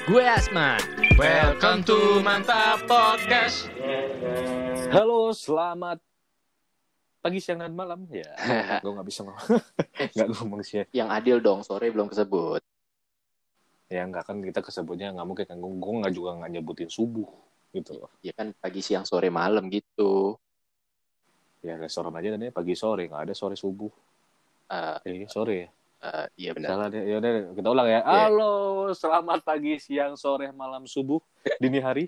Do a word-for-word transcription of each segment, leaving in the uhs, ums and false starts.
Gue Asman. Welcome to Mantap Podcast. Halo, selamat pagi, siang, dan malam. Ya, gue nggak bisa ngomong, nggak ngomong sih. Yang adil dong, sore belum kesebut. Ya nggak kan kita kesebutnya nggak mungkin kan. Gue nggak juga nggak nyebutin subuh gitu. Ya kan pagi, siang, sore, malam gitu. Ya restoran aja dan pagi sore, nggak ada sore subuh. Uh, Eh sore ya. uh, iya benar. Salah deh. Ya udah kita ulang ya. Yeah. Halo, selamat pagi, siang, sore, malam, subuh, dini hari.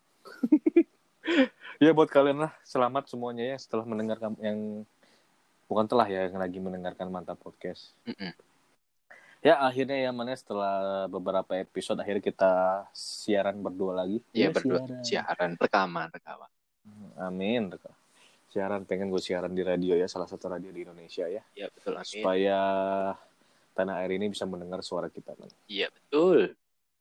Ya buat kalian lah, selamat semuanya ya setelah mendengarkan yang bukan telah ya yang lagi mendengarkan Mantap Podcast. Mm-mm. Ya akhirnya ya mana setelah beberapa episode akhirnya kita siaran berdua lagi. Iya Ya, berdua siaran. siaran, rekaman, rekaman. Amin. Siaran pengen gue siaran di radio ya, salah satu radio di Indonesia ya. Iya betul, amin. Supaya tanah air ini bisa mendengar suara kita kan. Iya betul.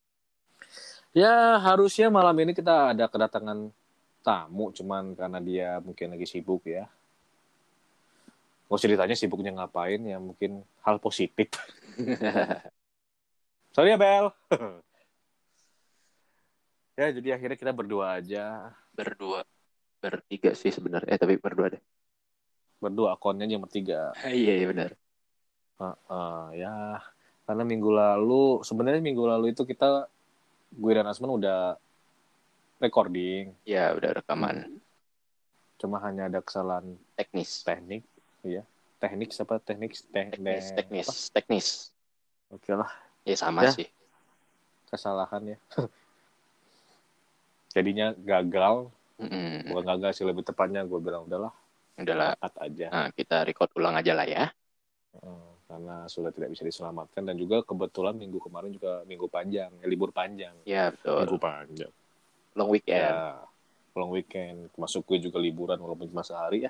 Ya harusnya malam ini kita ada kedatangan tamu, cuman karena dia mungkin lagi sibuk ya. Gak usah ditanya sibuknya ngapain, ya mungkin hal positif. Sorry ya Bel. Ya jadi akhirnya kita berdua aja. Berdua, bertiga sih sebenarnya, eh tapi berdua deh. Berdua akunnya aja bertiga. Iya iya benar. Uh, uh, ya karena minggu lalu sebenarnya minggu lalu itu kita gue dan Asman udah recording. Ya udah rekaman. Cuma hanya ada kesalahan Teknis. teknik, ya teknik apa teknik te- Teknis, te- teknis, apa? teknis. Oke lah, Ya sama Ya. sih. kesalahan ya. Jadinya gagal, Mm-mm. bukan gagal sih lebih tepatnya gue bilang udahlah, Udahlah, cut aja. nah, kita record ulang aja lah ya. Uh, karena sudah tidak bisa diselamatkan dan juga kebetulan minggu kemarin juga minggu panjang, ya, libur panjang. Ya betul. Minggu panjang. Long weekend. Ya, long weekend. Masuk gue juga liburan walaupun cuma sehari ya.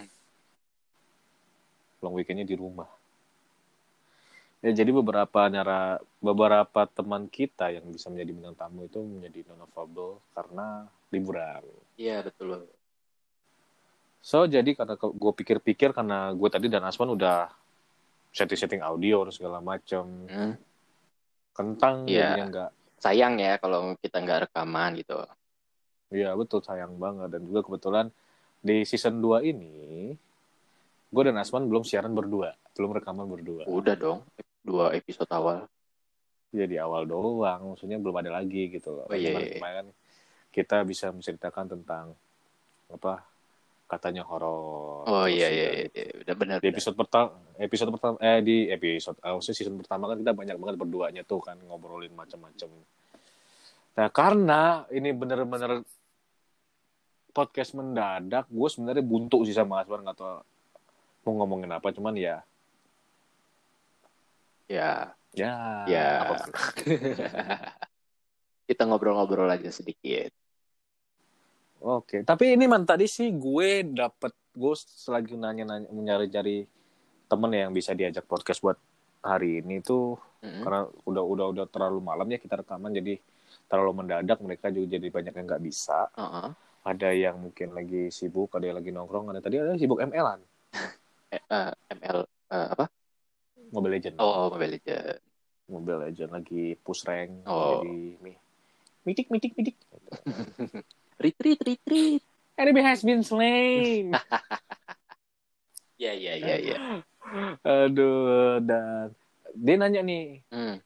Long weekendnya di rumah. Ya jadi beberapa nyara beberapa teman kita yang bisa menjadi bintang tamu itu menjadi non-available karena liburan. Iya betul. So jadi karena gue pikir-pikir karena gue tadi dan Asman udah setting-setting audio dan segala macam. Hmm. Kentang Iya. jadinya enggak. Sayang ya kalau kita nggak rekaman gitu. Iya betul, sayang banget. Dan juga kebetulan di season dua ini gue dan Asman belum siaran berdua, belum rekaman berdua. Udah dong, dua episode awal. Ya di awal doang, maksudnya belum ada lagi gitu loh. Oh, iya, Cuman iya. kemarin kita bisa menceritakan tentang apa katanya horor. Oh Terus iya juga iya, di- iya. Udah benar. Di episode pertama, episode pertama eh di episode, ah, maksudnya season pertama kan kita banyak banget berduanya tuh kan ngobrolin macam-macam. Nah karena ini bener-bener podcast mendadak, gue sebenarnya buntu sih sama Asbar, nggak tahu mau ngomongin apa, cuman ya Ya, ya, ya. apa- Kita ngobrol-ngobrol aja sedikit. Oke, tapi ini man tadi sih gue dapet gue selagi nanya-nanya mencari-cari temen yang bisa diajak podcast buat hari ini tuh Mm-mm. karena udah udah udah terlalu malam ya kita rekaman, jadi terlalu mendadak, mereka juga jadi banyak yang nggak bisa. Uh-uh. Ada yang mungkin lagi sibuk, ada yang lagi nongkrong, ada tadi ada yang sibuk M L-an, Eh, uh, M L uh, apa? Mobile Legend, Oh, Mobile Legends. Mobile Legend lagi push rank, Oh. jadi mi- mitik mitik mitik. Retreat, retreat. Enemy has been slain. Ya, ya, ya, ya. Aduh, dan dia nanya nih, Hmm.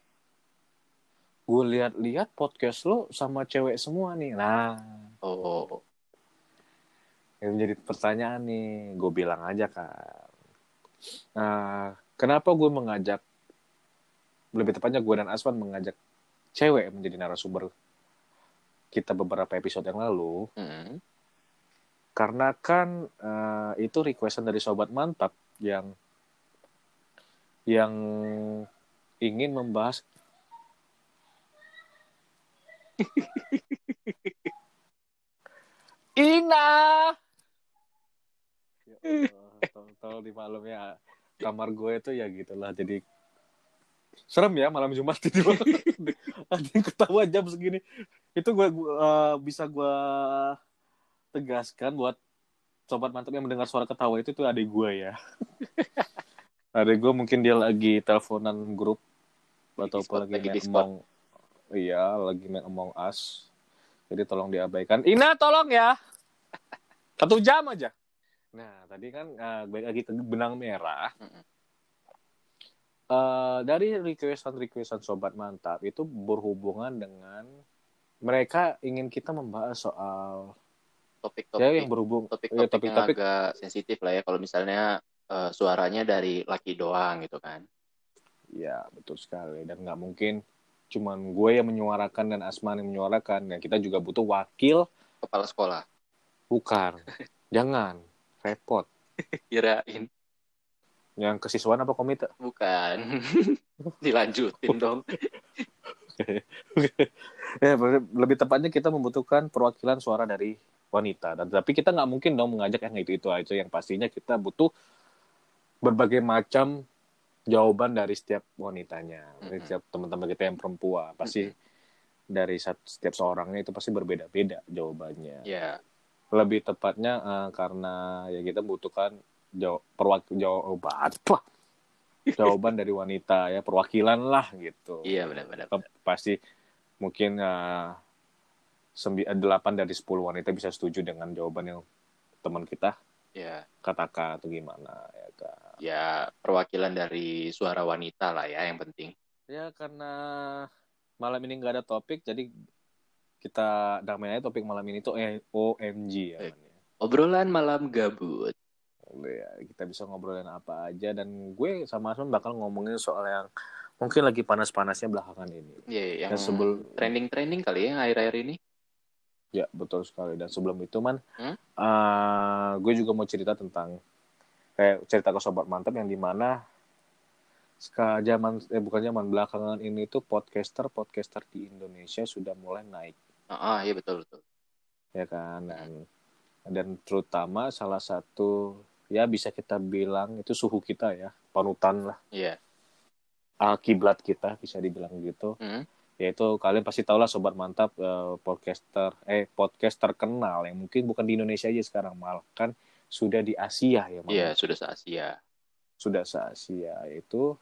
gue lihat-lihat podcast lo sama cewek semua nih. Nah, Oh, yang menjadi pertanyaan nih, gue bilang aja kan. Nah, kenapa gue mengajak, lebih tepatnya gue dan Aswan mengajak cewek menjadi narasumber kita beberapa episode yang lalu, hmm. karena kan uh, itu requestan dari Sobat Mantap yang yang ingin membahas Ina. Ya Allah, tol-tol di malam ya. Kamar gue itu ya gitulah. Jadi serem ya malam Jumat itu. Ada yang ketawa jam segini. Itu gue, gue uh, bisa gue tegaskan buat Sobat Mantap yang mendengar suara ketawa itu tuh adik gue ya. Adik gue mungkin dia lagi teleponan grup atau apa lagi, lagi lagi Discord. ngomong Iya, lagi main Among Us. Jadi tolong diabaikan. Ina, tolong ya. Satu jam aja. Nah, tadi kan uh, balik lagi ke benang merah. Mm-mm. Uh, dari requestan-requestan Sobat Mantap itu berhubungan dengan mereka ingin kita membahas soal ya Topik-topik yang berhubung ya, topik-topik yang topik-topik. agak sensitif lah ya kalau misalnya eh, suaranya dari laki doang gitu kan. Ya, betul sekali. Dan nggak mungkin cuman gue yang menyuarakan dan Asman yang menyuarakan. Dan kita juga butuh wakil. Kepala sekolah. Bukan. Jangan. Repot. Kirain Yang kesiswaan apa komite? bukan. Dilanjutin dong. Ya, lebih tepatnya kita membutuhkan perwakilan suara dari wanita. Dan tapi kita nggak mungkin dong mengajak yang itu-itu aja. Yang pastinya kita butuh berbagai macam jawaban dari setiap wanitanya, dari Mm-mm. setiap teman-teman kita yang perempuan. Pasti Mm-mm. dari setiap seorangnya itu pasti berbeda-beda jawabannya. Ya, Lebih tepatnya uh, karena ya kita membutuhkan jawab perwakil jawaban apa? Jawaban dari wanita ya, perwakilan lah gitu. iya benar-benar. Pasti mungkin uh, delapan dari sepuluh wanita bisa setuju dengan jawaban yang teman kita Ya, katakan atau gimana ya kan. ya perwakilan dari suara wanita lah ya yang penting. Ya karena malam ini nggak ada topik, jadi kita damai aja topik malam ini tuh O M G ya. Eh, Man, ya. Obrolan malam gabut. Ya, kita bisa ngobrolin apa aja dan gue sama Asman bakal ngomongin soal yang mungkin lagi panas-panasnya belakangan ini. Ya, yang Dan sebelum trending-trending kali ya akhir-akhir ini. ya betul sekali. Dan sebelum itu man, Hmm? uh, gue juga mau cerita tentang kayak cerita ke Sobat Mantap yang dimana sekarang zaman eh bukan zaman belakangan ini tuh podcaster podcaster di Indonesia sudah mulai naik. Ah, ah, iya betul betul. Ya kan dan Hmm. dan terutama salah satu ya bisa kita bilang itu suhu kita ya, panutan lah, Iya. alkiblat kita bisa dibilang gitu. Hmm? Yaitu kalian pasti tahu lah Sobat Mantap eh, podcaster eh podcast terkenal yang mungkin bukan di Indonesia aja sekarang malah kan sudah di Asia ya Iya, malah. sudah se-Asia. Sudah se-Asia itu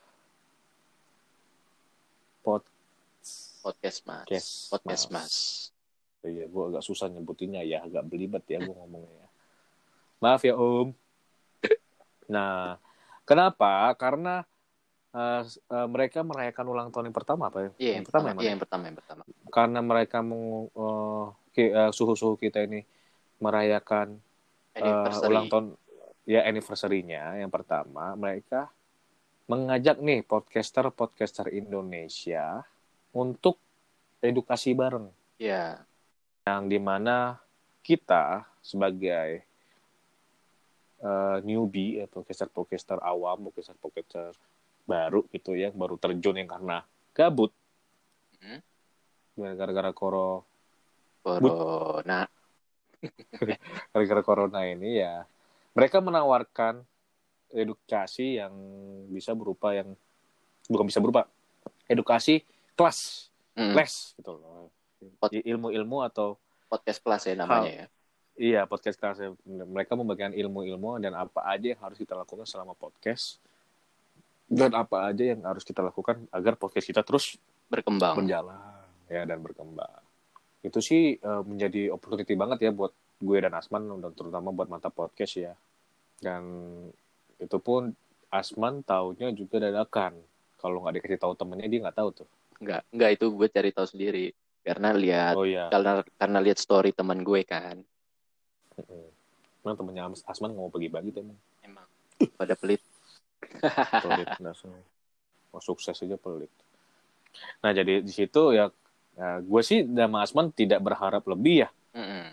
pod Podcast Mas. Podcast Podcast Mas. Mas. Iya, gue agak susah nyebutinnya ya, agak belibet ya gue ngomongnya. Maaf ya Om. Nah, kenapa? Karena uh, uh, mereka merayakan ulang tahun yang pertama apa ya? Iya, Yang yang pertama pertama. ya, Iya, yang pertama, yang pertama. karena mereka meng, uh, uh, suhu-suhu kita ini merayakan uh, ulang tahun ya anniversary-nya yang pertama, mereka mengajak nih podcaster-podcaster Indonesia untuk edukasi bareng. Iya. Yang dimana kita sebagai uh, newbie atau podcaster-podcaster awam, podcaster-podcaster baru gitu ya, baru terjun yang karena gabut. Hmm? Gara-gara koro Corona. gara-gara corona ini ya mereka menawarkan edukasi yang bisa berupa yang bukan bisa berupa edukasi kelas Hmm. les gitu loh. Pod- ilmu-ilmu atau Podcast kelas ya namanya hal, ya. iya podcast kelas mereka membagikan ilmu-ilmu dan apa aja yang harus kita lakukan selama podcast dan apa aja yang harus kita lakukan agar podcast kita terus Berkembang. berjalan ya dan berkembang. Itu sih uh, menjadi opportunity banget ya buat gue dan Asman dan terutama buat Mantap Podcast ya. Dan itu pun Asman taunya juga dadakan. Kalau nggak dikasih tahu temennya dia nggak tahu tuh. Enggak, enggak itu gue cari tahu sendiri karena lihat Oh iya. karena karena lihat story teman gue kan. Emang temennya Asman nggak mau bagi-bagi tuh emang. Emang pada pelit. Pelit langsung. Oh, sukses aja pelit. Nah jadi di situ ya, ya gue sih sama Asman tidak berharap lebih ya. Mm-mm.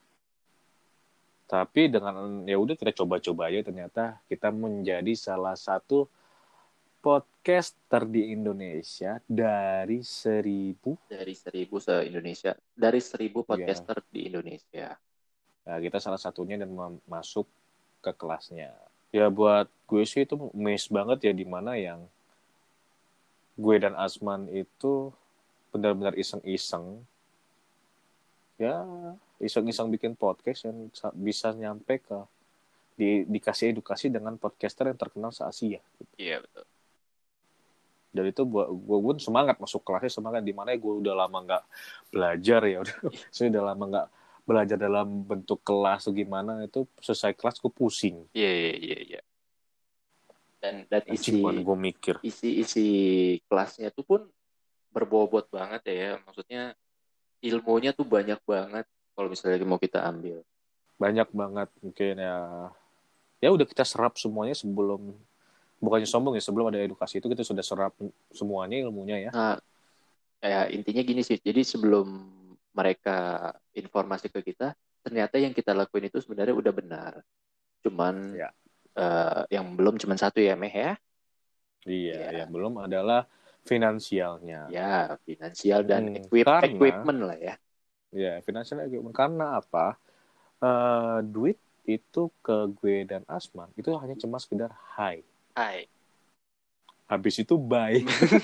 Tapi dengan ya udah kita coba-coba aja ternyata kita menjadi salah satu podcaster di Indonesia dari seribu Dari seribu se Indonesia, dari seribu podcaster ya. di Indonesia. Nah, kita salah satunya dan masuk ke kelasnya. Ya buat gue sih itu miss banget ya dimana yang gue dan Asman itu benar-benar iseng-iseng. Ya iseng-iseng bikin podcast yang bisa nyampe ke di, dikasih edukasi dengan podcaster yang terkenal se-Asia. Iya betul. Dan itu buat gue pun semangat masuk kelasnya, semangat di mana gue udah lama nggak belajar ya, udah saya udah lama nggak belajar dalam bentuk kelas gimana, itu selesai kelas gue pusing. Iya iya iya. iya. Dan dan Anjing, isi mana gue mikir. isi isi kelasnya tuh pun berbobot banget ya. Maksudnya ilmunya tuh banyak banget kalau misalnya mau kita ambil. Banyak banget mungkin ya. Ya udah kita serap semuanya sebelum, bukannya sombong ya, sebelum ada edukasi itu kita sudah serap semuanya ilmunya ya. Nah, kayak intinya gini sih. Jadi sebelum mereka informasi ke kita, ternyata yang kita lakuin itu sebenarnya udah benar. Cuman Ya. uh, yang belum cuman satu ya, Meh ya. Iya, Ya, yang belum adalah finansialnya. ya finansial dan Hmm, equip karena equipment lah ya. ya finansial equipment, karena apa? Uh, duit itu ke gue dan Asman itu hanya cuma sekedar hai. Hai. Habis itu bye.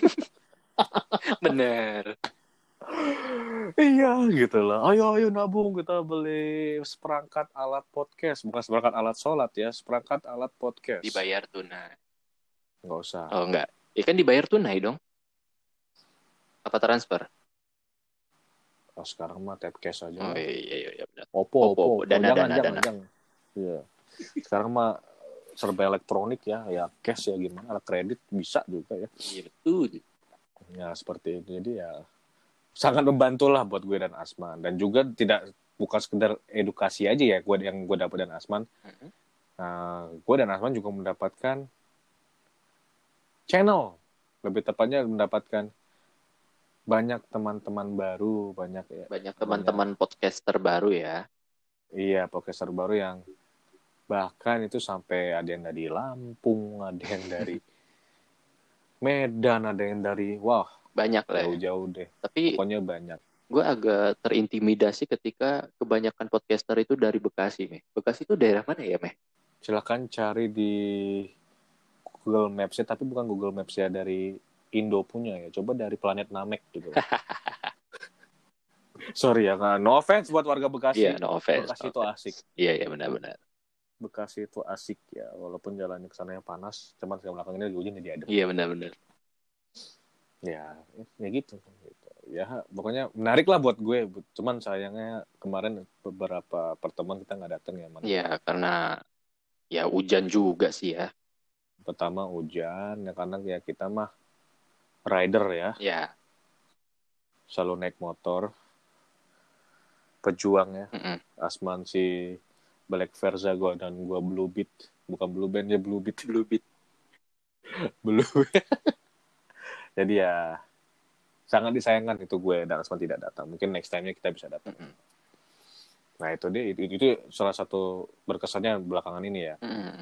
Bener. Iya gitu loh. Ayo ayo nabung kita beli seperangkat alat podcast, bukan seperangkat alat sholat ya, seperangkat alat podcast. Dibayar tunai. Nggak usah. Oh enggak. Ya kan dibayar tunai dong. Apa transfer? Oh, sekarang mah tap cash aja. Oh lah. iya iya iya benar. Oppo, Oppo, Oppo, dana, jangan, dana, jangan, dana. jangan. Iya. Sekarang mah serba elektronik ya, ya cash ya gimana, kredit bisa juga ya. Iya betul. Ya seperti itu, jadi ya sangat membantu lah buat gue dan Asman, dan juga tidak bukan sekedar edukasi aja ya gue yang gue dapat dan Asman. Mm-hmm. Nah, gue dan Asman juga mendapatkan channel, lebih tepatnya mendapatkan banyak teman-teman baru, banyak ya. Banyak teman-teman banyak. Podcaster baru ya. Iya, podcaster baru yang bahkan itu sampai ada yang dari Lampung, ada yang dari Medan, ada yang dari wah banyak lah. Jauh-jauh ya. deh. Tapi pokoknya banyak. Gue agak terintimidasi ketika kebanyakan podcaster itu dari Bekasi, Meh. Bekasi itu daerah mana ya, Meh? Silakan cari di Google Maps-nya, tapi bukan Google Maps-nya dari Indo punya ya. Coba dari planet Namek gitu. Sorry ya, no offense buat warga Bekasi. Iya, yeah, no offense. Bekasi no itu offense. asik. Iya, iya benar-benar. Bekasi itu asik ya, walaupun jalannya ke sana yang panas, cuman sekarang belakang ini lagi hujan jadi adem. Iya, benar-benar. Ya, ya gitu. gitu. Ya, pokoknya menarik lah buat gue. Cuman sayangnya kemarin beberapa pertemuan kita nggak datang ya. Iya, karena ya hujan juga sih ya. Pertama hujan, ya karena ya kita mah rider ya. Iya. Selalu naik motor. Pejuang ya. Mm-mm. Asman si Black Verza gue dan gue Blue Beat. Bukan Blue Band ya, Blue Beat. Blue Beat. Blue Jadi ya sangat disayangkan itu gue dan Asman tidak datang. Mungkin next time-nya kita bisa datang. Mm-hmm. Nah itu dia, itu, itu salah satu berkesannya belakangan ini ya. Mm-hmm.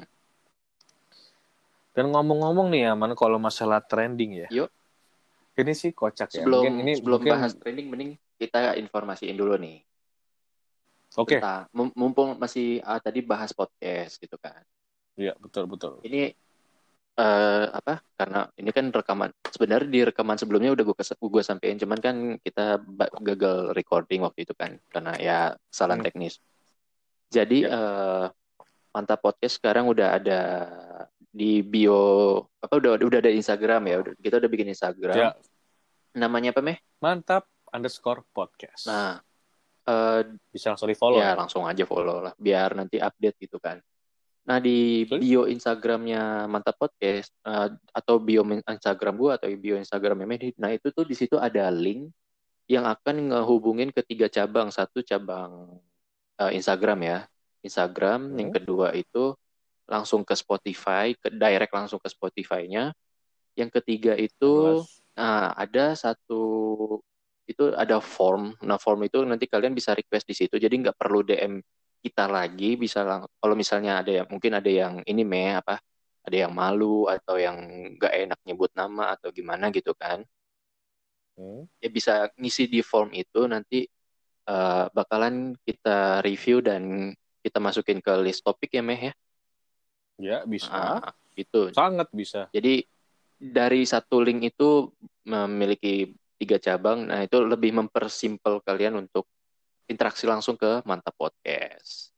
Dan ngomong-ngomong nih ya, man, kalau masalah trending ya. Yuk. Ini sih kocak ya. Sebelum, mungkin ini, sebelum mungkin... bahas trending, mending kita informasiin dulu nih. Oke. Okay. Mumpung masih ah, tadi bahas podcast gitu kan. Iya betul betul. Ini uh, apa? Karena ini kan rekaman. Sebenarnya di rekaman sebelumnya udah gue gue sampein, cuman kan kita gagal recording waktu itu kan karena ya kesalahan hmm. teknis. Jadi ya. uh, Mantap Podcast sekarang udah ada di bio apa udah udah ada Instagram ya. Udah, kita udah bikin Instagram. Ya. Namanya apa, Meh? Mantap underscore podcast. Nah. Uh, bisa langsung di follow ya, ya langsung aja follow lah biar nanti update gitu kan. Nah di bio Instagramnya Mantap Podcast uh, atau bio Instagram gua atau bio Instagram Meme, nah itu tuh di situ ada link yang akan ngehubungin ketiga cabang. Satu cabang uh, Instagram ya Instagram, hmm. yang kedua itu langsung ke Spotify, ke direct langsung ke Spotify-nya. Yang ketiga itu nah, ada satu itu ada form. Nah, form itu nanti kalian bisa request di situ. Jadi nggak perlu D M kita lagi. Bisa lang- kalau misalnya ada yang mungkin ada yang ini meh apa? Ada yang malu atau yang nggak enak nyebut nama atau gimana gitu kan? Hmm. Ya bisa ngisi di form itu. Nanti uh, bakalan kita review dan kita masukin ke list topik ya meh ya. Ya bisa. Nah, itu. Sangat bisa. Jadi dari satu link itu memiliki tiga cabang, nah itu lebih mempersimpel kalian untuk interaksi langsung ke Mantap Podcast.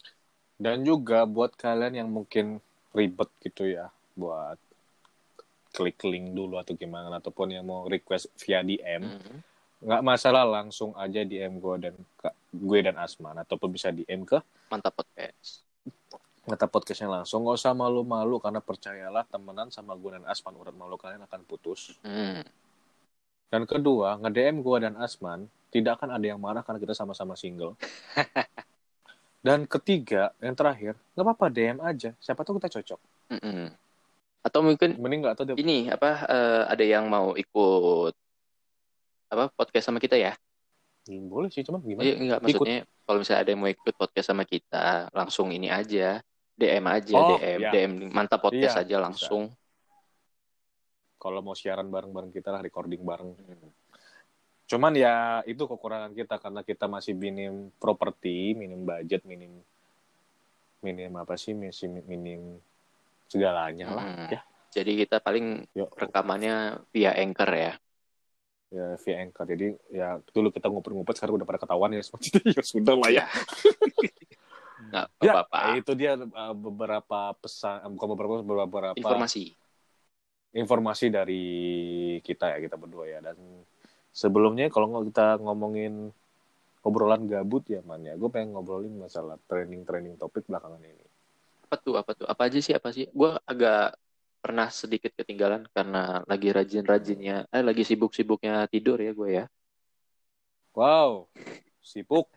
Dan juga buat kalian yang mungkin ribet gitu ya, buat klik link dulu atau gimana, ataupun yang mau request via D M, Mm-hmm. nggak masalah, langsung aja D M gue dan gue dan Asman, ataupun bisa D M ke Mantap Podcast. Mantap Podcastnya langsung. Nggak usah malu-malu, karena percayalah, temenan sama gue dan Asman, urat malu kalian akan putus. Mm. Dan kedua, nge-D M gue dan Asman tidak akan ada yang marah karena kita sama-sama single. Dan ketiga, yang terakhir, nggak apa-apa D M aja, siapa tahu kita cocok. Mm-mm. Atau mungkin Mending nggak tahu deh. ini apa uh, ada yang mau ikut apa podcast sama kita ya? Boleh sih, cuman gimana? Iya, enggak, maksudnya ikut. Kalau misalnya ada yang mau ikut podcast sama kita, langsung ini aja, D M aja, oh, D M, ya. D M Mantap Podcast iya, aja langsung. Kalau mau siaran bareng-bareng kita lah, recording bareng. Hmm. Cuman ya itu kekurangan kita, karena kita masih minim properti, minim budget, minim minim apa sih, minim, minim segalanya lah. Hmm. Ya. Jadi kita paling Yo. rekamannya via Anchor ya. Ya via Anchor. Jadi ya dulu kita ngumpet-ngumpet, sekarang udah pada ketahuan ya. Ya sudah lah ya. Nggak ya, apa-apa. Itu dia uh, beberapa pesan, bukan beberapa, beberapa informasi. Informasi dari kita ya, kita berdua ya. Dan sebelumnya kalau kita ngomongin obrolan gabut ya, man ya, gue pengen ngobrolin masalah trending-trending topik belakangan ini. Apa tuh, apa tuh? Apa aja sih, apa sih? Gue agak pernah sedikit ketinggalan karena lagi rajin-rajinnya, eh lagi sibuk-sibuknya tidur ya gue ya. Wow, sibuk.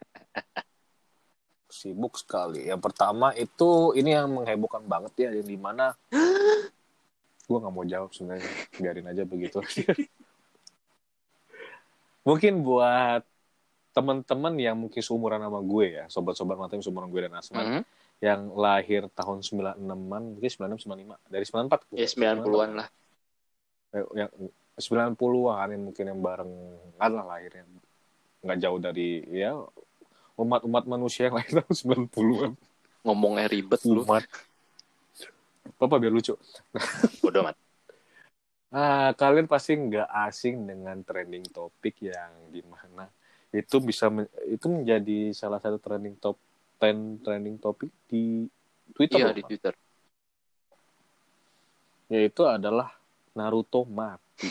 Sibuk sekali. Yang pertama itu, ini yang menghebohkan banget ya, yang dimana gue nggak mau jawab sebenarnya, biarin aja begitu. Mungkin buat teman-teman yang mungkin seumuran sama gue ya, sobat-sobat mata yang seumuran gue dan Asman, mm-hmm. yang lahir tahun sembilan puluh enam-an, mungkin sembilan puluh enam sembilan puluh lima, dari sembilan puluh empat. Ya sembilan puluhan lah. Yang sembilan puluhan yang mungkin yang bareng kan lah lahirnya. Nggak jauh dari ya umat-umat manusia yang lahir tahun sembilan puluhan. Ngomongnya ribet lu. Umat. Apa biar lucu. Bodoh amat. Ah, kalian pasti nggak asing dengan trending topik yang dimana itu bisa men- itu menjadi salah satu trending top ten trending topik di Twitter. Iya, di Twitter. Yaitu adalah Naruto mati.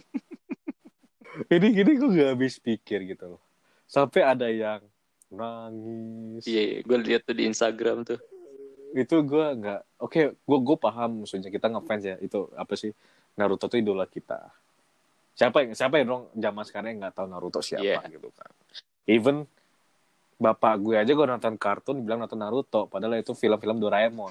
Ini gini gue gak habis pikir gitu loh. Sampai ada yang nangis. Iya, gue lihat tuh di Instagram tuh. Itu gue nggak, oke, okay, gue gue paham maksudnya, kita ngefans ya, itu apa sih, Naruto tuh idola kita. Siapa yang siapa yang dong zaman sekarang yang nggak tahu Naruto siapa yeah. gitu kan. Even bapak gue aja gue nonton kartun bilang nonton Naruto, padahal itu film-film Doraemon.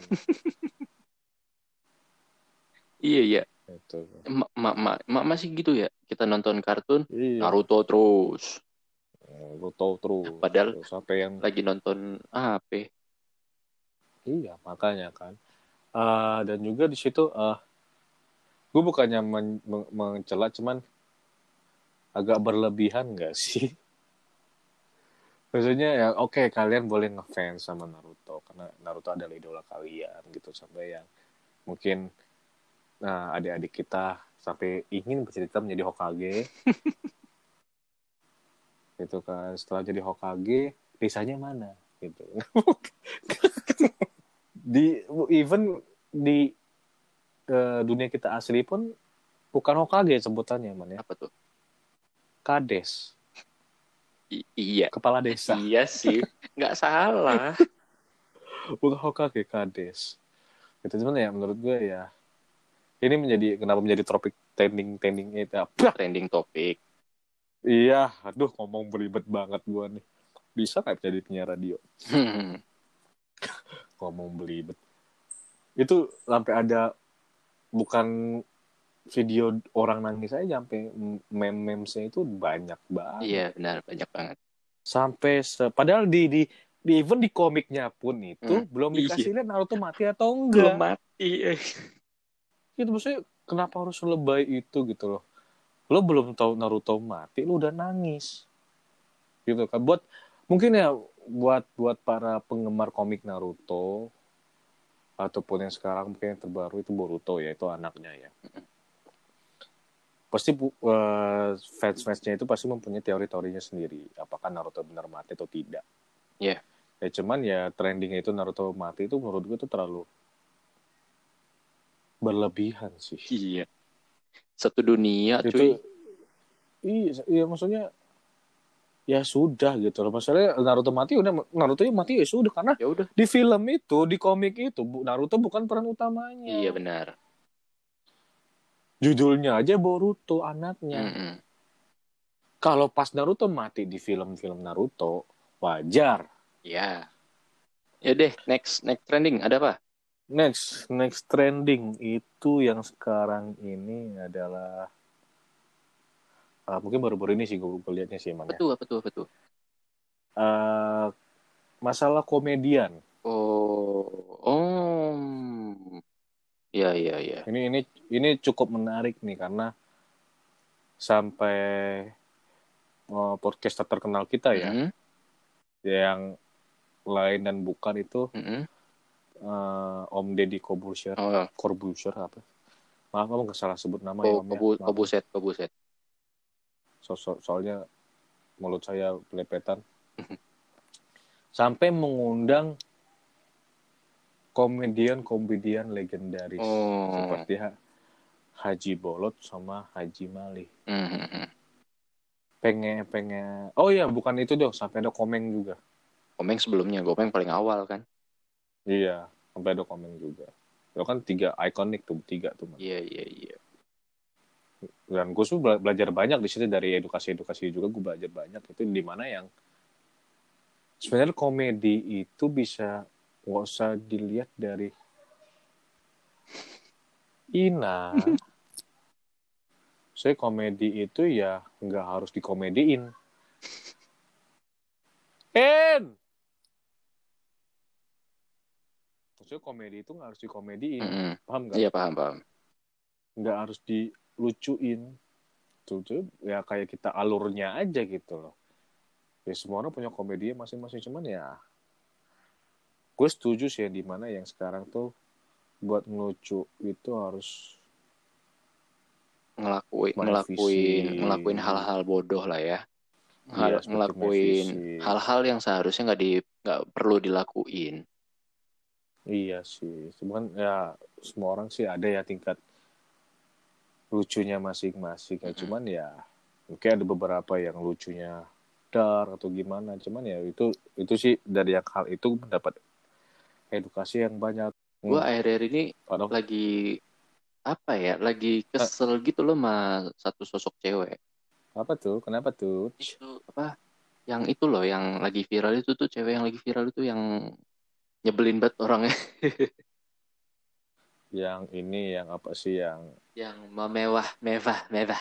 Iya iya. Itu. Mak mak mak masih gitu ya. Kita nonton kartun iya. Naruto terus. Naruto terus. Padahal terus sampai yang lagi nonton apa? Iya makanya kan. Uh, dan juga di situ uh, gue bukannya men- men- mencela, cuman agak berlebihan nggak sih? Maksudnya ya oke, okay, kalian boleh ngefans sama Naruto karena Naruto adalah idola kalian gitu, sampai yang mungkin nah adik-adik kita sampai ingin bercerita menjadi Hokage. Gitu kan, setelah jadi Hokage desanya mana gitu. Di even di uh, dunia kita asli pun bukan Hokage sebutannya, man ya. Apa tuh? Kades. I- iya. Kepala desa. Iya sih, nggak salah. Bukan Hokage, Kades. Itu cuman ya menurut gue ya, ini menjadi kenapa menjadi topik trending trending itu apa? Trending topik. Iya, aduh ngomong beribet banget gue nih. Bisa nggak jadi penyiar radio? Hmm. Ngomong belibet. Itu sampai ada bukan video orang nangis aja, sampai meme-memesnya itu banyak banget. Iya benar, banyak banget. Sampai se- padahal di di di even di komiknya pun itu hmm. belum dikasih iya. lihat Naruto mati atau enggak. Belum mati. Itu maksudnya kenapa harus lebay itu gitu loh. Lo belum tahu Naruto mati, lo udah nangis. Gitu kan. Buat mungkin ya buat buat para penggemar komik Naruto ataupun yang sekarang mungkin yang terbaru itu Boruto ya, itu anaknya ya. Pasti uh, fans-fansnya itu pasti mempunyai teori-teorinya sendiri. Apakah Naruto benar mati atau tidak? Iya. Yeah. Ya cuman ya trendingnya itu Naruto mati itu menurut gue itu terlalu berlebihan sih. Iya. Satu dunia, itu cuy. iya, iya maksudnya ya sudah gitu loh. Masalahnya Naruto mati udah Naruto mati ya sudah karena Ya udah. di film itu, di komik itu Naruto bukan peran Iya utamanya. benar. Judulnya aja Boruto anaknya. Mm-mm. Kalau pas Naruto mati di film-film Naruto, wajar. Ya. Ya deh, next next trending ada apa? Next, next trending itu yang sekarang ini adalah uh, mungkin baru-baru ini sih gue lihatnya sih emang ya. Betul, betul, betul. Uh, masalah komedian. Oh, oh, ya, ya, ya. Ini ini ini cukup menarik nih karena sampai uh, podcaster terkenal kita ya, Mm-mm. yang lain dan bukan itu Mm-mm. uh, Om Deddy Corbuzier, Oh, Corbuzier apa? Maaf, aku nggak salah sebut nama ko, ya Om ya. kobu, Maaf ya. kobuset, kobuset. So, so, soalnya mulut saya pelepetan. Sampai mengundang komedian-komedian legendaris Oh, seperti Ha- Haji Bolot sama Haji Malih. mm-mm. Pengen pengen. Oh iya, bukan itu dong. Sampai ada Komeng juga. Komeng sebelumnya, Komeng paling awal kan? Iya, sampai ada Komeng juga. Itu kan tiga ikonik tuh, tiga tuh. Man. Iya, iya, iya. Dan gue tuh bela- belajar banyak di situ dari edukasi-edukasi juga gue belajar banyak itu di mana yang sebenarnya komedi itu bisa nggak usah dilihat dari Ina. Saya komedi itu ya nggak harus dikomediin. En! Maksudnya komedi itu nggak harus dikomediin. Mm-mm. Paham nggak? Iya, paham, paham. Nggak harus dilucuin. Tuh, tuh ya kayak kita alurnya aja gitu loh. Ya semua orang punya komedi masing-masing. Cuman ya gue setuju sih di mana yang sekarang tuh buat ngelucu itu harus Ngelakuin, merevisi. ngelakuin, ngelakuin hal-hal bodoh lah ya. Hal, Iya, seperti ngelakuin merevisi. hal-hal yang seharusnya nggak di, nggak perlu dilakuin. Iya sih. Cuman ya semua orang sih ada ya tingkat lucunya masing-masing. Ya. Mm-mm. Cuman ya mungkin ada beberapa yang lucunya dar atau gimana. Cuman ya itu itu sih dari yang hal itu mendapat edukasi yang banyak. Gue Hmm. akhir-akhir ini Pardon? lagi apa ya? Lagi kesel gitu loh sama satu sosok cewek. Apa tuh? Kenapa tuh? Itu apa? Yang itu loh, yang lagi viral itu tuh cewek yang lagi viral itu yang nyebelin banget orangnya. Yang ini yang apa sih yang Yang memewah, mewah, mewah.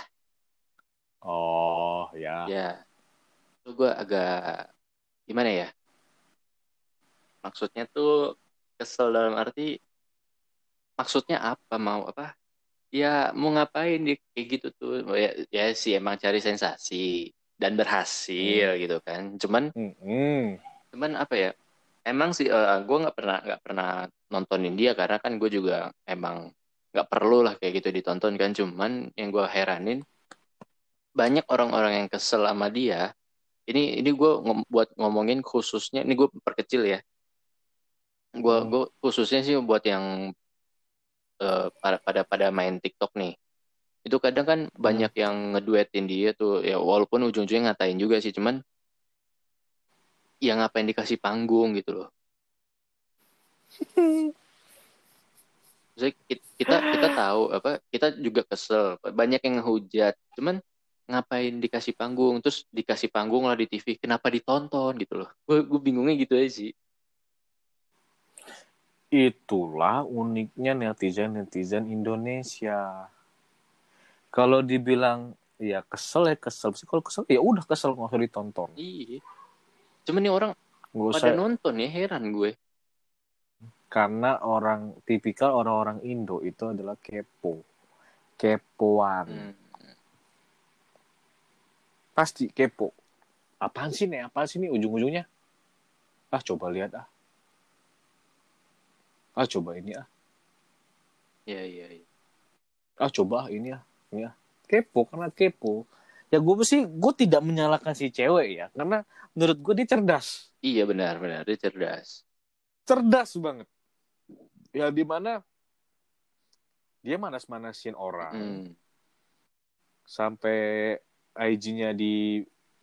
oh ya. Ya, itu gue agak gimana ya? Maksudnya tuh kesel dalam arti maksudnya apa mau apa? Ya mau ngapain dia kayak gitu tuh? Ya, ya sih emang cari sensasi dan berhasil Hmm. gitu kan. Cuman Hmm. Hmm. cuman apa ya? Emang sih uh, gue nggak pernah nggak pernah nontonin dia karena kan gue juga emang nggak perlu lah kayak gitu ditonton kan. Cuman yang gue heranin banyak orang-orang yang kesel sama dia. Ini ini gue ngom- buat ngomongin khususnya ini gue perkecil ya. Gue Hmm. gue khususnya sih buat yang uh, pada pada pada main TikTok nih. Itu kadang kan Hmm. banyak yang ngeduetin dia tuh ya walaupun ujung-ujungnya ngatain juga sih cuman ya ngapain dikasih panggung gitu loh. Maksudnya ki- kita kita tahu apa kita juga kesel banyak yang ngehujat cuman ngapain dikasih panggung terus dikasih panggung lah di T V kenapa ditonton gitu loh gue gue bingungnya gitu aja sih. Itulah uniknya netizen-netizen Indonesia. Kalau dibilang ya kesel ya kesel sih kalau kesel ya udah kesel nggak usah ditonton. Iya cuman nih orang Nggak pada usah nonton ya heran gue. karena orang tipikal orang-orang Indo itu adalah kepo, kepoan, Hmm. pasti kepo. Apaan sih nih? Apaan sih nih ujung-ujungnya? Ah coba lihat ah, ah coba ini ah, Iya iya iya. ah coba ah, ini ah, ini ah. Kepo karena kepo. Ya gue sih gue tidak menyalahkan si cewek ya, karena menurut gue dia cerdas, Iya benar benar dia cerdas. cerdas banget. Ya di mana dia manas-manasin orang, Hmm. sampai I G-nya di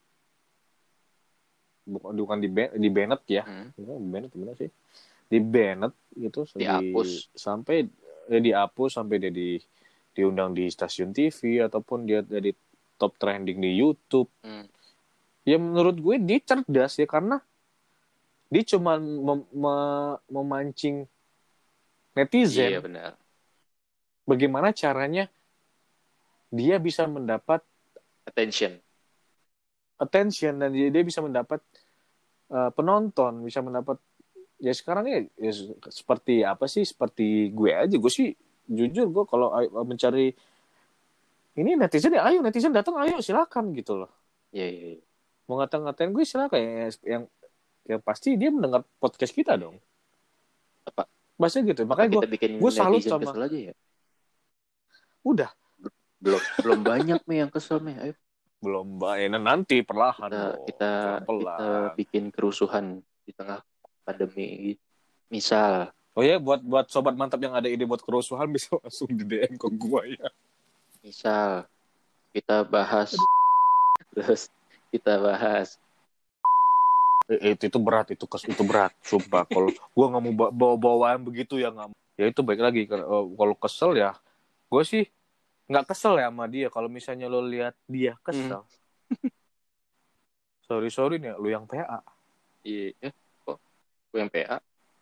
bukan bukan di ban, di banned ya. Hmm. Bukan banned gimana sih? Di banned gitu Dihapus. di, sampai ya dihapus sampai dia di diundang di stasiun T V ataupun dia jadi top trending di YouTube. Hmm. Ya menurut gue dia cerdas ya karena dia cuma mem- mem- memancing netizen. Iya benar. Bagaimana caranya dia bisa mendapat Attention. attention dan dia, dia bisa mendapat uh, penonton, bisa mendapat ya sekarang ya, ya seperti apa sih? Seperti gue aja, gue sih jujur gue kalau mencari ini netizen ya ayo netizen datang ayo silakan gitu loh. Iya iya. iya. Mau ngata-ngatain gue silakan ya, yang yang pasti dia mendengar podcast kita dong. Apa? Bahasa gitu. Apa Makanya gue kita bikin gue salut netizen sama kesel aja ya? udah Belum belum banyak nih yang kesel nih. Ayo belum baik nanti perlahan kita dong. kita Pelan-pelan. kita bikin kerusuhan di tengah pandemi. Misal. Oh ya buat buat sobat mantap yang ada ide buat kerusuhan bisa langsung di D M ke gue ya. Misal kita bahas terus kita bahas Eh, itu itu berat itu kes itu berat sumpah kalau gue nggak mau bawa bawaan begitu ya nggak ya itu baik lagi kalau kesel ya gue sih nggak kesel ya sama dia kalau misalnya lo lihat dia kesel hmm. sorry sorry nih lo yang P A iya eh, kok gue yang P A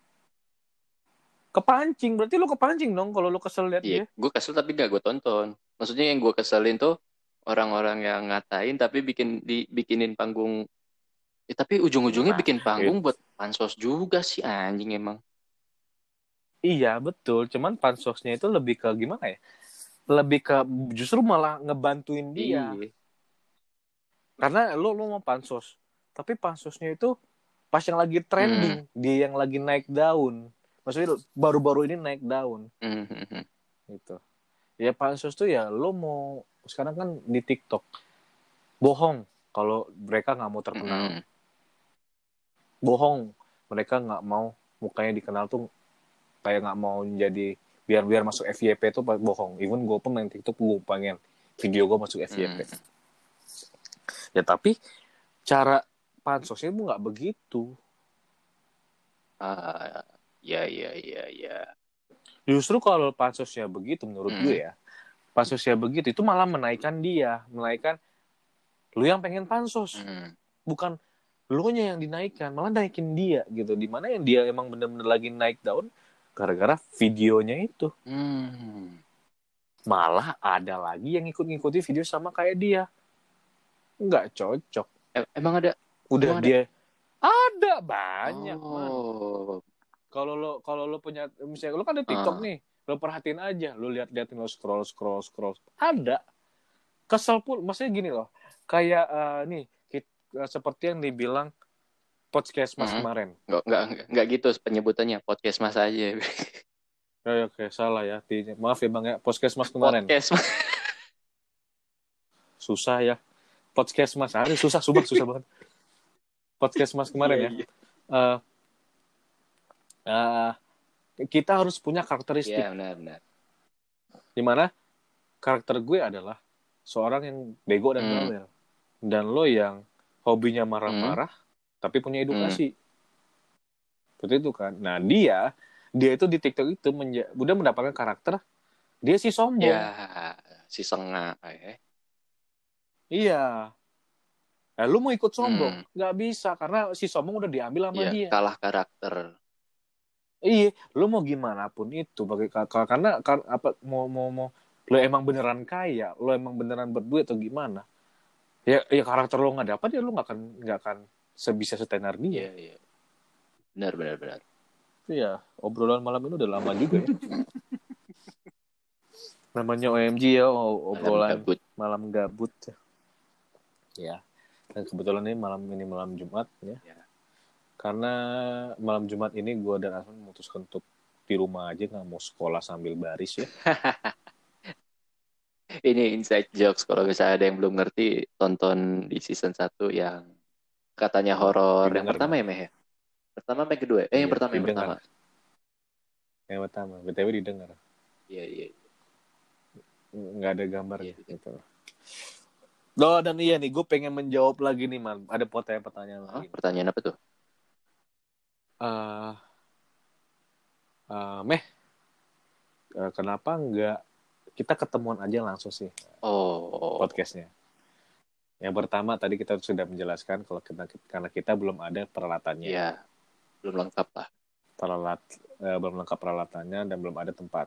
kepancing berarti lo kepancing dong kalau lo kesel lihat iya dia gue kesel tapi gak gue tonton maksudnya yang gue keselin tuh orang-orang yang ngatain tapi bikin dibikinin panggung. Ya, tapi ujung-ujungnya nah, bikin panggung it... buat pansos juga sih anjing emang. Iya betul, cuman pansosnya itu lebih ke gimana ya? Lebih ke justru malah ngebantuin dia. Iya. Karena lo lo mau pansos, tapi pansosnya itu pas yang lagi trending, hmm. dia yang lagi naik daun. Maksudnya baru-baru ini naik daun. Hmm. Gitu. Ya pansos tuh ya lo mau sekarang kan di TikTok bohong kalau mereka nggak mau terkenal. Hmm. Bohong mereka nggak mau mukanya dikenal tuh kayak nggak mau jadi biar biar masuk F Y P tuh bohong. Even gue pun main TikTok gue pengen video gue masuk F Y P. Hmm. Ya tapi cara pansosnya itu nggak begitu. Ah, ya ya ya ya. Justru kalau pansosnya begitu menurut hmm. gue ya, pansosnya begitu itu malah menaikkan dia, menaikkan lu yang pengen pansos, hmm. bukan lu nya yang dinaikkan, malah naikin dia gitu. Dimana yang dia emang bener-bener lagi naik daun gara-gara videonya itu. Hmm. Malah ada lagi yang ikut-ngikuti video sama kayak dia. Nggak cocok. Emang ada? Udah emang dia ada, ada banyak, oh. man. Kalau lo kalau lo punya misalnya lo kan ada TikTok uh. nih, lo perhatiin aja, lo lihat-liatin lo scroll scroll scroll. Ada. Kesel pun, maksudnya gini loh. Kayak uh, nih kita, seperti yang dibilang podcast Mas hmm. kemarin. Nggak, nggak, nggak gitu penyebutannya, podcast Mas aja. Ya, oke, salah ya. Maaf ya Bang ya, podcast Mas kemarin. Podcast Mas. Susah ya. Podcast Mas, aduh susah, susah, susah banget. Podcast Mas kemarin yeah, ya. Yeah. Uh, uh, kita harus punya karakteristik. Iya, yeah, benar-benar. Dimana karakter gue adalah seorang yang bego dan bawel. Hmm. Dan lo yang hobinya marah-marah, hmm. tapi punya edukasi. Hmm. Seperti itu kan. Nah, dia, dia itu di TikTok itu menja- udah mendapatkan karakter, dia si sombong. Ya, si sengak. Eh. Iya. Nah, lu mau ikut sombong? Hmm. Nggak bisa, karena si sombong udah diambil sama ya, dia. Kalah karakter. Iya, lu mau gimana pun itu. Bagi, karena kar, apa mau mau mau lo emang beneran kaya, lo emang beneran berduit atau gimana? Ya, ya karakter lo nggak dapat ya lo nggak akan nggak akan sebisa setenar dia. Iya, iya. Benar, benar, benar. Iya, obrolan malam ini udah lama juga ya. Namanya O M G ya, obrolan malam gabut. Malam gabut. Ya, dan kebetulan ini malam ini malam Jumat ya. ya. Karena malam Jumat ini gue dan Asman memutuskan untuk di rumah aja, nggak mau sekolah sambil baris ya. Ini inside jokes, kalau misalnya ada yang belum ngerti, tonton di season satu yang katanya horor. Yang pertama ya, Meh ya? Pertama apa yang kedua? Eh, iya, yang pertama, didengar. yang pertama. Yang pertama, B T W didengar. Iya, iya. Nggak ada gambar iya, gitu. Loh, dan iya nih, gue pengen menjawab lagi nih, Man. Ada pertanyaan-pertanyaan Oh, lagi. pertanyaan apa tuh? Uh, uh, Meh, uh, kenapa nggak kita ketemuan aja langsung sih Oh, podcastnya? Yang pertama tadi kita sudah menjelaskan kalau kita karena kita belum ada peralatannya. iya, belum lengkap lah. Peralat, uh, belum lengkap peralatannya dan belum ada tempat.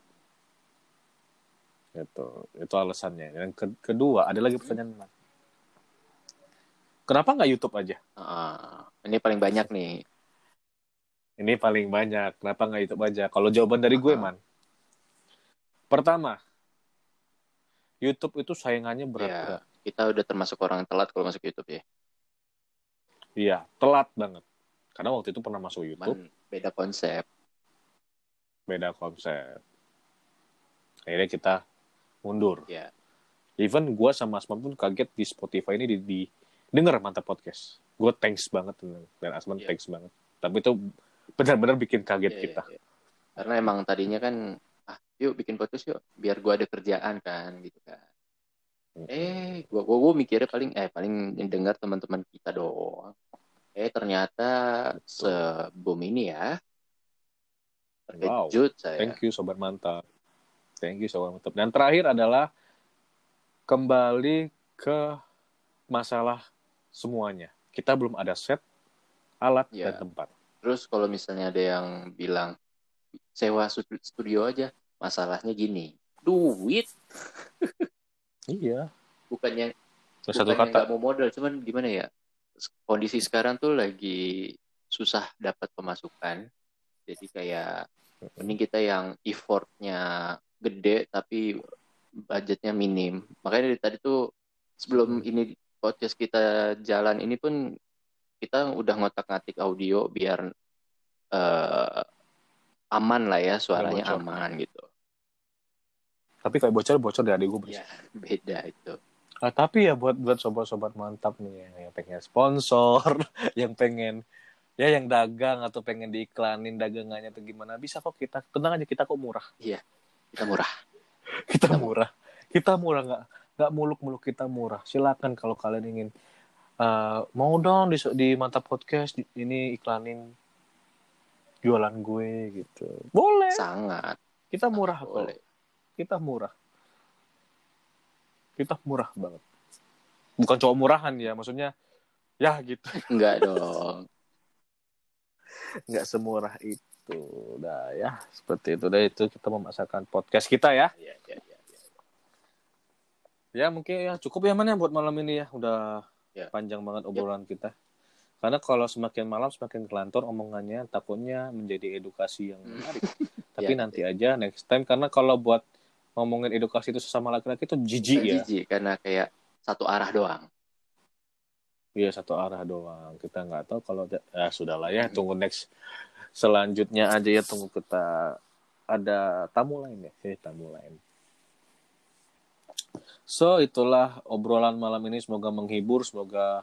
Itu, itu alasannya. Yang ke- kedua, ada lagi pertanyaan, Man. Kenapa nggak YouTube aja? Uh, ini paling banyak nih. Ini paling banyak. Kenapa nggak YouTube aja? Kalau jawaban dari gue, Uh-huh. Man. Pertama, YouTube itu saingannya berat-berat. Ya, kita udah termasuk orang yang telat kalau masuk YouTube ya. Iya, telat banget. Karena waktu itu pernah masuk YouTube. Cuman beda konsep. Beda konsep. Akhirnya kita mundur. Ya. Even gue sama Asman pun kaget di Spotify ini di, di denger Mantap Podcast. Gue thanks banget. Dan Asman Ya. thanks banget. Tapi itu benar-benar bikin kaget Ya, kita. ya, ya. Karena emang tadinya kan, ah yuk bikin podcast yuk. Biar gue ada kerjaan kan gitu kan. Eh, gua, gua, gua mikirnya paling eh paling dengar teman-teman kita doang. Eh ternyata sebelum ini ya. Terkejut Wow. saya. Thank you Sobat Mantap. Thank you Sobat Mantap. Dan terakhir adalah kembali ke masalah semuanya. Kita belum ada set, alat, Ya. dan tempat. Terus kalau misalnya ada yang bilang sewa studio aja, masalahnya gini, duit. Iya. Bukannya Satu bukannya kata. nggak mau modal, cuman gimana ya? Kondisi sekarang tuh lagi susah dapat pemasukan. Jadi kayak mending kita yang effortnya gede tapi budgetnya minim. Makanya dari tadi tuh sebelum ini podcast kita jalan ini pun kita udah ngotak-ngatik audio biar uh, aman lah ya, suaranya aman gitu. Tapi kayak bocor-bocor dari gue bersih. Ya, beda itu. Nah, tapi ya buat buat sobat-sobat mantap nih yang, yang pengen sponsor, yang pengen ya yang dagang atau pengen diiklanin dagangannya atau gimana, bisa kok kita. Tenang aja, kita kok murah. Iya, kita murah. kita, kita murah. Kita murah nggak nggak muluk-muluk, kita murah. Silakan kalau kalian ingin uh, mau dong di, di Mantap Podcast ini iklanin jualan gue gitu. Boleh. Sangat. Kita murah Sangat kok. boleh. Kita murah. Kita murah banget. Bukan cowok murahan ya, maksudnya ya gitu. Enggak dong. Enggak semurah itu. Udah ya, seperti itu. Udah itu kita memasarkan podcast kita ya. Ya, ya, ya, ya. Ya mungkin ya cukup ya Man ya buat malam ini ya. Udah ya. panjang banget obrolan ya. Kita. Karena kalau semakin malam semakin kelantur omongannya, takutnya menjadi edukasi yang menarik. Tapi ya, nanti ya. aja next time, karena kalau buat ngomongin edukasi itu sesama laki-laki itu jijik ya. Jijik karena kayak satu arah doang. Iya, satu arah doang. Kita nggak tahu kalau ya sudahlah ya, tunggu next selanjutnya aja ya, tunggu kita ada tamu lain ya, eh tamu lain. So, itulah obrolan malam ini, semoga menghibur, semoga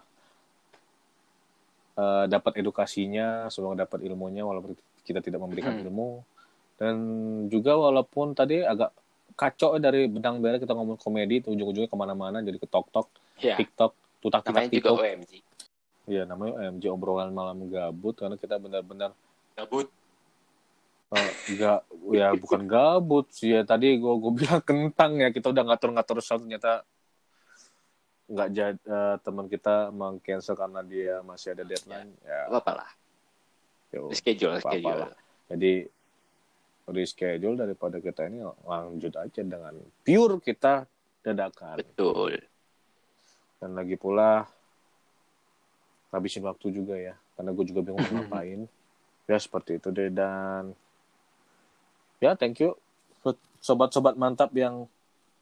uh, dapat edukasinya, semoga dapat ilmunya walaupun kita tidak memberikan hmm. ilmu. Dan juga walaupun tadi agak kacau dari benang merah kita ngomong komedi, ujung-ujungnya kemana-mana, jadi ke tok-tok, yeah. TikTok, tutak-tutak TikTok. Namanya juga O M G. Iya, namanya O M G, obrolan malam gabut, karena kita benar-benar gabut. Uh, gak, ya bukan gabut sih ya. Tadi gue gue bilang kentang ya, kita udah ngatur-ngatur soal, ternyata nggak jadi uh, teman kita meng-cancel karena dia masih ada deadline. Ya, ya apa lah. Schedule, schedule. Jadi reschedule daripada kita ini lanjut aja dengan pure kita dadakan. Betul. Dan lagi pula habisin waktu juga ya, karena gue juga bingung ngapain. Ya seperti itu deh. Dan ya thank you sobat-sobat mantap yang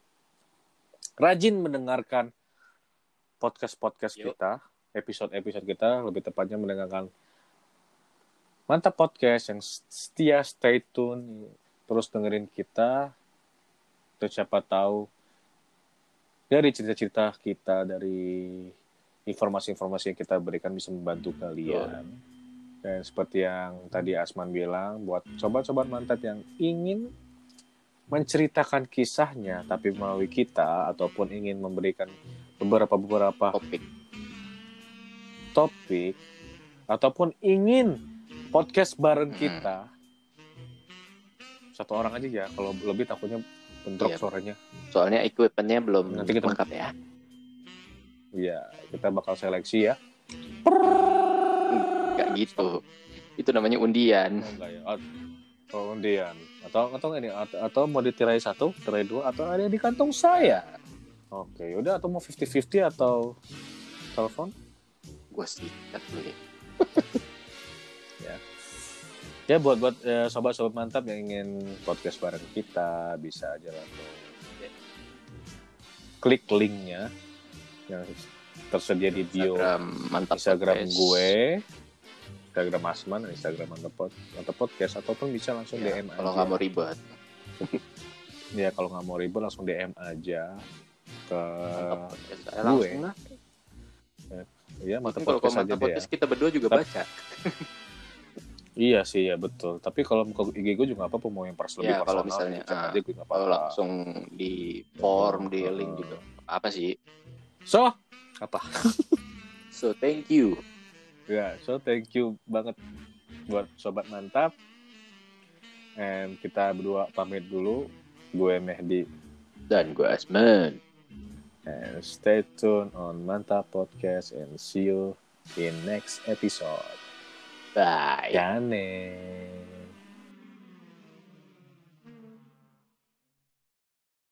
rajin mendengarkan podcast-podcast Yuk. kita, episode-episode kita, lebih tepatnya mendengarkan Mantap Podcast yang setia stay tune, terus dengerin kita. Terus siapa tahu dari cerita-cerita kita, dari informasi-informasi yang kita berikan bisa membantu kalian. Dan seperti yang tadi Asman bilang, buat sobat-sobat mantap yang ingin menceritakan kisahnya tapi melalui kita ataupun ingin memberikan beberapa beberapa topik topik ataupun ingin podcast bareng Hmm. kita, satu orang aja ya, kalau lebih takutnya bentrok Iya. suaranya. soalnya equipmentnya belum Nanti kita- lengkap ya. Iya, kita bakal seleksi ya. Nggak gitu, itu namanya undian. Oh, enggak ya. Oh, undian. Atau atau ini atau, atau mau ditirai satu, tirai dua, atau ada di kantong saya. Oke, udah, atau mau fifty fifty atau telepon? Gue sikat dulu ya. Ya buat buat eh, sobat-sobat mantap yang ingin podcast bareng kita, bisa aja langsung klik linknya yang tersedia di bio Instagram mantap Instagram podcast. gue, Instagram Asman, Instagram mantap pod, mantap podcast, ataupun bisa langsung Ya, D M kalau aja. nggak mau ribet. Ya kalau nggak mau ribet langsung D M aja ke Mantap podcast. Saya gue. langsung lah. ya mantap Mungkin kalau podcast aja mantap deh ya. podcast kita berdua juga Tapi- baca. Iya sih ya betul. Tapi kalau ke I G gue juga nggak apa-apa, mau yang pers lebih Ya kalau personal, misalnya cek ah, aja gue nggak kalau apa-apa. langsung di form di Uh, link juga apa sih. So apa? So thank you. Ya, so thank you banget buat sobat mantap. And kita berdua pamit dulu. Gue Mehdi. Dan gue Asman. And stay tuned on Mantap Podcast and see you in next episode. Bye. Gane.